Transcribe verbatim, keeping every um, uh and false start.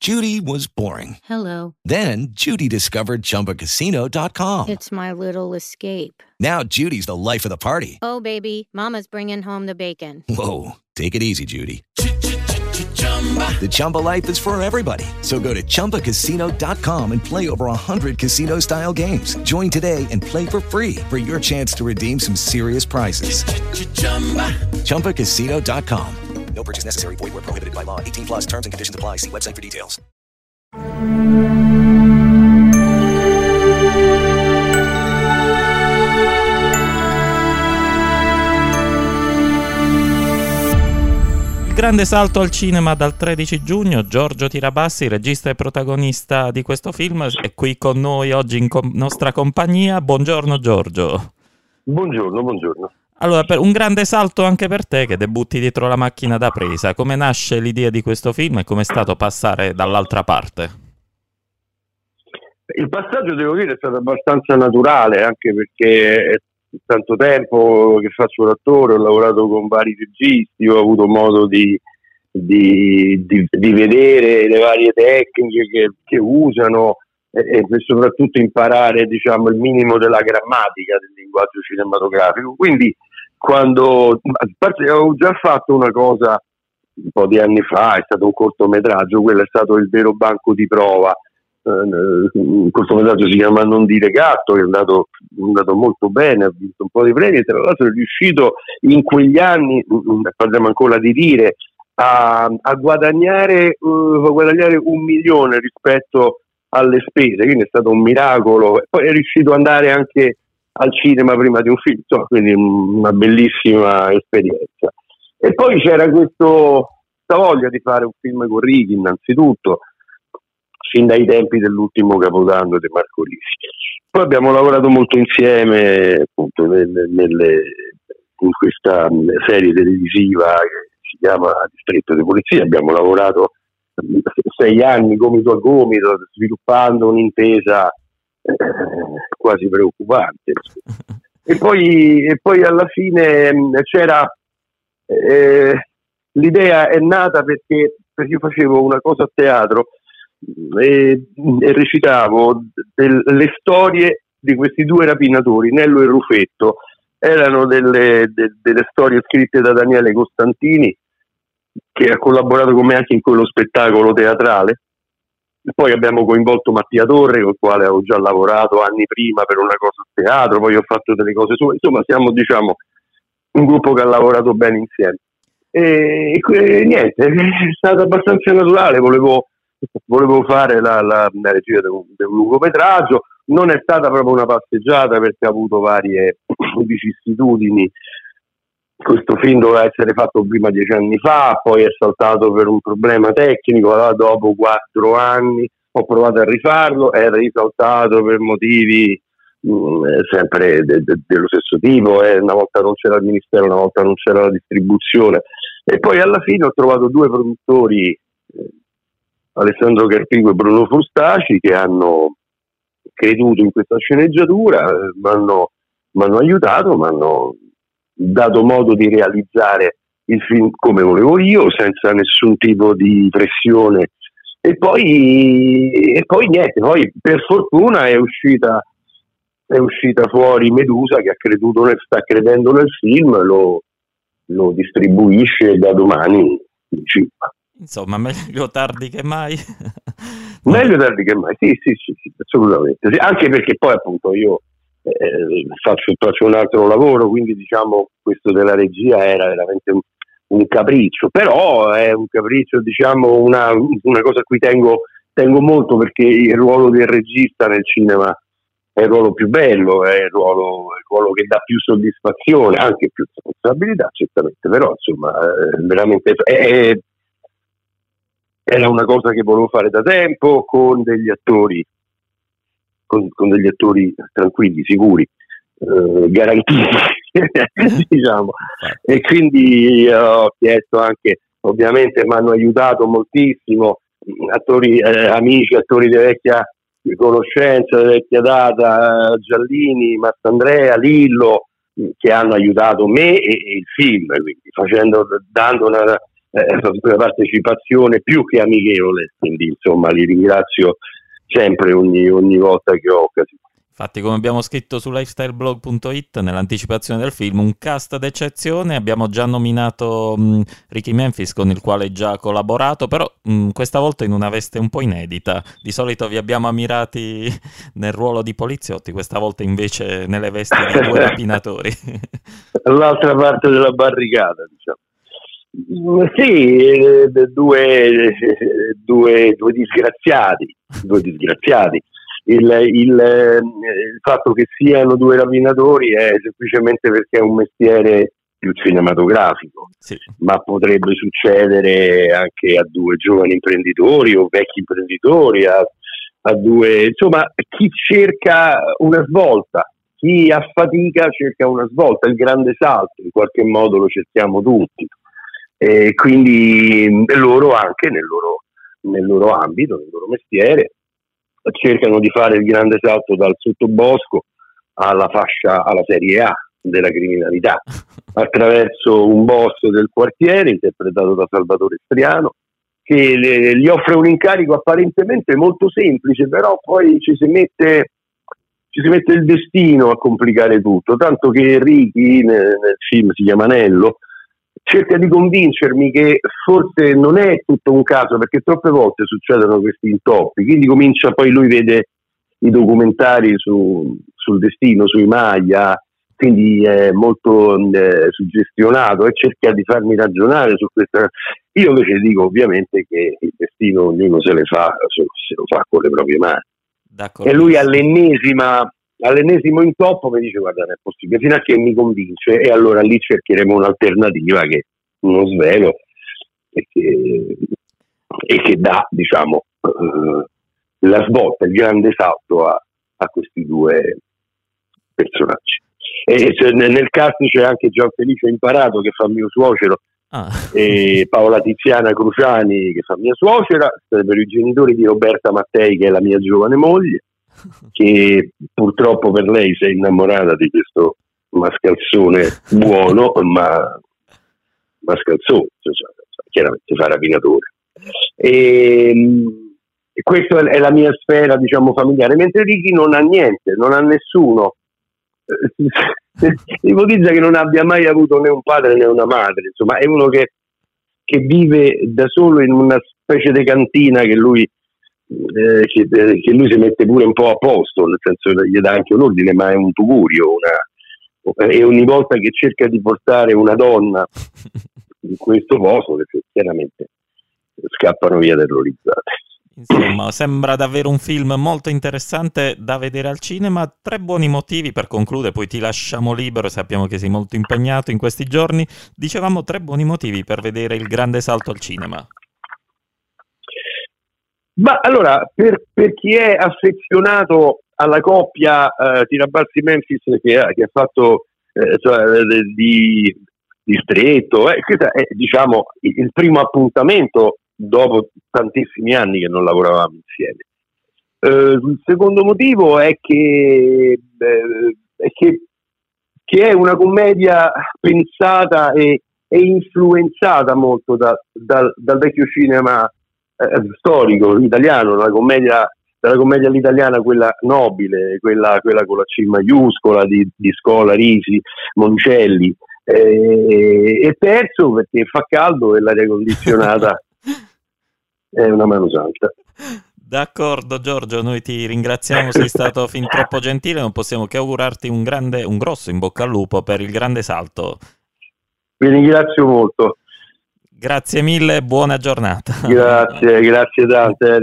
Judy was boring. Hello. Then Judy discovered Chumba Casino dot com. It's my little escape. Now Judy's the life of the party. Oh, baby, mama's bringing home the bacon. Whoa, take it easy, Judy. The Chumba life is for everybody. So go to Chumba Casino dot com and play over one hundred casino-style games. Join today and play for free for your chance to redeem some serious prizes. Chumba Casino dot com. No purchase necessary. Void where prohibited by law. eighteen plus terms and conditions apply. See website for details. Il grande salto al cinema dal tredici giugno. Giorgio Tirabassi, regista e protagonista di questo film, è qui con noi oggi in com- nostra compagnia. Buongiorno Giorgio. Buongiorno, buongiorno. Allora, per un grande salto anche per te che debutti dietro la macchina da presa. Come nasce l'idea di questo film e com'è stato passare dall'altra parte? Il passaggio, devo dire, è stato abbastanza naturale, anche perché è tanto tempo che faccio l'attore, ho lavorato con vari registi, ho avuto modo di, di, di, di vedere le varie tecniche che, che usano e, e soprattutto imparare, diciamo, il minimo della grammatica del linguaggio cinematografico. Quindi quando, a parte, avevo già fatto una cosa un po' di anni fa, è stato un cortometraggio, quello è stato il vero banco di prova. Un cortometraggio si chiama Non dire gatto, che è andato, è andato molto bene, ha vinto un po' di premi e tra l'altro è riuscito in quegli anni, parliamo ancora di dire, a, a guadagnare uh, a guadagnare un milione rispetto alle spese, quindi è stato un miracolo. E poi è riuscito ad andare anche al cinema prima di un film, insomma, quindi una bellissima esperienza. E poi c'era questo, questa voglia di fare un film con Righi, innanzitutto, fin dai tempi dell'ultimo Capodanno di Marco Risi. Poi abbiamo lavorato molto insieme, appunto, nelle, nelle, in questa serie televisiva che si chiama Distretto di Polizia. Abbiamo lavorato sei anni gomito a gomito, sviluppando un'intesa eh, quasi preoccupante. E poi, e poi alla fine c'era eh, l'idea è nata perché, perché io facevo una cosa a teatro e, e recitavo del, le storie di questi due rapinatori, Nello e Rufetto. Erano delle, de, delle storie scritte da Daniele Costantini, che ha collaborato con me anche in quello spettacolo teatrale. E poi abbiamo coinvolto Mattia Torre, con il quale avevo già lavorato anni prima per una cosa a teatro, poi ho fatto delle cose sue. Insomma, siamo, diciamo, un gruppo che ha lavorato bene insieme. E, e niente, è stato abbastanza naturale. Volevo, volevo fare la, la, la regia di un, di un lungometraggio. Non è stata proprio una passeggiata perché ha avuto varie vicissitudini. Questo film doveva essere fatto prima dieci anni fa, poi è saltato per un problema tecnico. Allora, dopo quattro anni ho provato a rifarlo, è risaltato per motivi mh, sempre de- de- dello stesso tipo. Eh, una volta non c'era il ministero, una volta non c'era la distribuzione. E poi alla fine ho trovato due produttori, eh, Alessandro Carpigo e Bruno Frustaci, che hanno creduto in questa sceneggiatura, eh, mi hanno aiutato, mi hanno dato modo di realizzare il film come volevo io, senza nessun tipo di pressione. E poi, e poi niente, poi per fortuna è uscita è uscita fuori Medusa, che ha creduto nel, sta credendo nel film, lo, lo distribuisce da domani in cinema. Insomma, meglio tardi che mai. Meglio tardi che mai, sì, sì, sì, sì, assolutamente. Sì, anche perché poi appunto io Eh, faccio, faccio un altro lavoro, quindi diciamo questo della regia era veramente un, un capriccio, però è un capriccio, diciamo una, una cosa a cui tengo, tengo molto, perché il ruolo del regista nel cinema è il ruolo più bello, è il ruolo, il ruolo che dà più soddisfazione, anche più responsabilità certamente, però insomma è veramente è, era una cosa che volevo fare da tempo, con degli attori Con, con degli attori tranquilli, sicuri, eh, garantiti, diciamo. E quindi eh, ho chiesto anche, ovviamente mi hanno aiutato moltissimo, attori eh, amici, attori di vecchia conoscenza, di vecchia data, eh, Giallini, Mastandrea, Lillo, che hanno aiutato me e, e il film, quindi facendo, dando una, eh, una partecipazione più che amichevole, quindi insomma li ringrazio sempre ogni, ogni volta che ho occasione. Infatti, come abbiamo scritto su lifestyleblog punto it nell'anticipazione del film, un cast d'eccezione. Abbiamo già nominato mh, Ricky Memphis, con il quale già collaborato, però mh, questa volta in una veste un po' inedita. Di solito vi abbiamo ammirati nel ruolo di poliziotti, questa volta invece nelle vesti di due rapinatori. L'altra parte della barricata, diciamo. Sì, due, due, due disgraziati, due disgraziati. Il, il, il fatto che siano due rapinatori è semplicemente perché è un mestiere più cinematografico, sì. Ma potrebbe succedere anche a due giovani imprenditori o vecchi imprenditori, a, a due, insomma, chi cerca una svolta, chi affatica cerca una svolta, il grande salto, in qualche modo lo cerchiamo tutti, e quindi loro anche nel loro, nel loro ambito, nel loro mestiere, cercano di fare il grande salto dal sottobosco alla fascia, alla serie A della criminalità, attraverso un boss del quartiere interpretato da Salvatore Striano, che le, gli offre un incarico apparentemente molto semplice, però poi ci si mette ci si mette il destino a complicare tutto, tanto che Ricky nel, nel film, si chiama Nello, cerca di convincermi che forse non è tutto un caso, perché troppe volte succedono questi intoppi, quindi comincia, poi lui vede i documentari su, sul destino, sui Maya, quindi è molto eh, suggestionato e cerca di farmi ragionare su questa. Io invece dico ovviamente che il destino ognuno se, le fa, se, se lo fa con le proprie mani. E lui all'ennesima all'ennesimo intoppo mi dice: guarda, non è possibile, fino a che mi convince, e allora lì cercheremo un'alternativa che non svelo e che, e che dà, diciamo, uh, la svolta, il grande salto a, a questi due personaggi. E se nel cast c'è anche Gianfelice Imparato, che fa mio suocero, ah. e Paola Tiziana Cruciani, che fa mia suocera, per i genitori di Roberta Mattei, che è la mia giovane moglie, che purtroppo per lei si è innamorata di questo mascalzone buono, ma mascalzone, cioè, chiaramente fa rapinatore. E, e questa è la mia sfera, diciamo, familiare, mentre Ricky non ha niente, non ha nessuno. Ipotizza che non abbia mai avuto né un padre né una madre, insomma è uno che, che vive da solo in una specie di cantina che lui Eh, che, eh, che lui si mette pure un po' a posto, nel senso che gli dà anche un ordine, ma è un tugurio, una, e ogni volta che cerca di portare una donna in questo posto, perché chiaramente scappano via terrorizzate. Insomma, sembra davvero un film molto interessante da vedere al cinema. Tre buoni motivi per concludere, poi ti lasciamo libero, sappiamo che sei molto impegnato in questi giorni. Dicevamo tre buoni motivi per vedere Il grande salto al cinema. Ma allora, per, per chi è affezionato alla coppia eh, Tirabassi-Memphis che ha, che ha fatto eh, cioè, di, di stretto, eh, questo è, diciamo, il, il primo appuntamento dopo tantissimi anni che non lavoravamo insieme. Eh, il secondo motivo è che, eh, è che, che è una commedia pensata e, e influenzata molto da, da, dal vecchio cinema storico italiano, la commedia, la commedia all'italiana, quella nobile, quella, quella con la C maiuscola di, di Scola, Risi, Moncelli, e, e terzo perché fa caldo e l'aria condizionata è una mano santa. D'accordo Giorgio, noi ti ringraziamo, sei stato fin troppo gentile, non possiamo che augurarti un grande, un grosso in bocca al lupo per il grande salto. Vi ringrazio molto. Grazie mille, buona giornata. Grazie, grazie tante.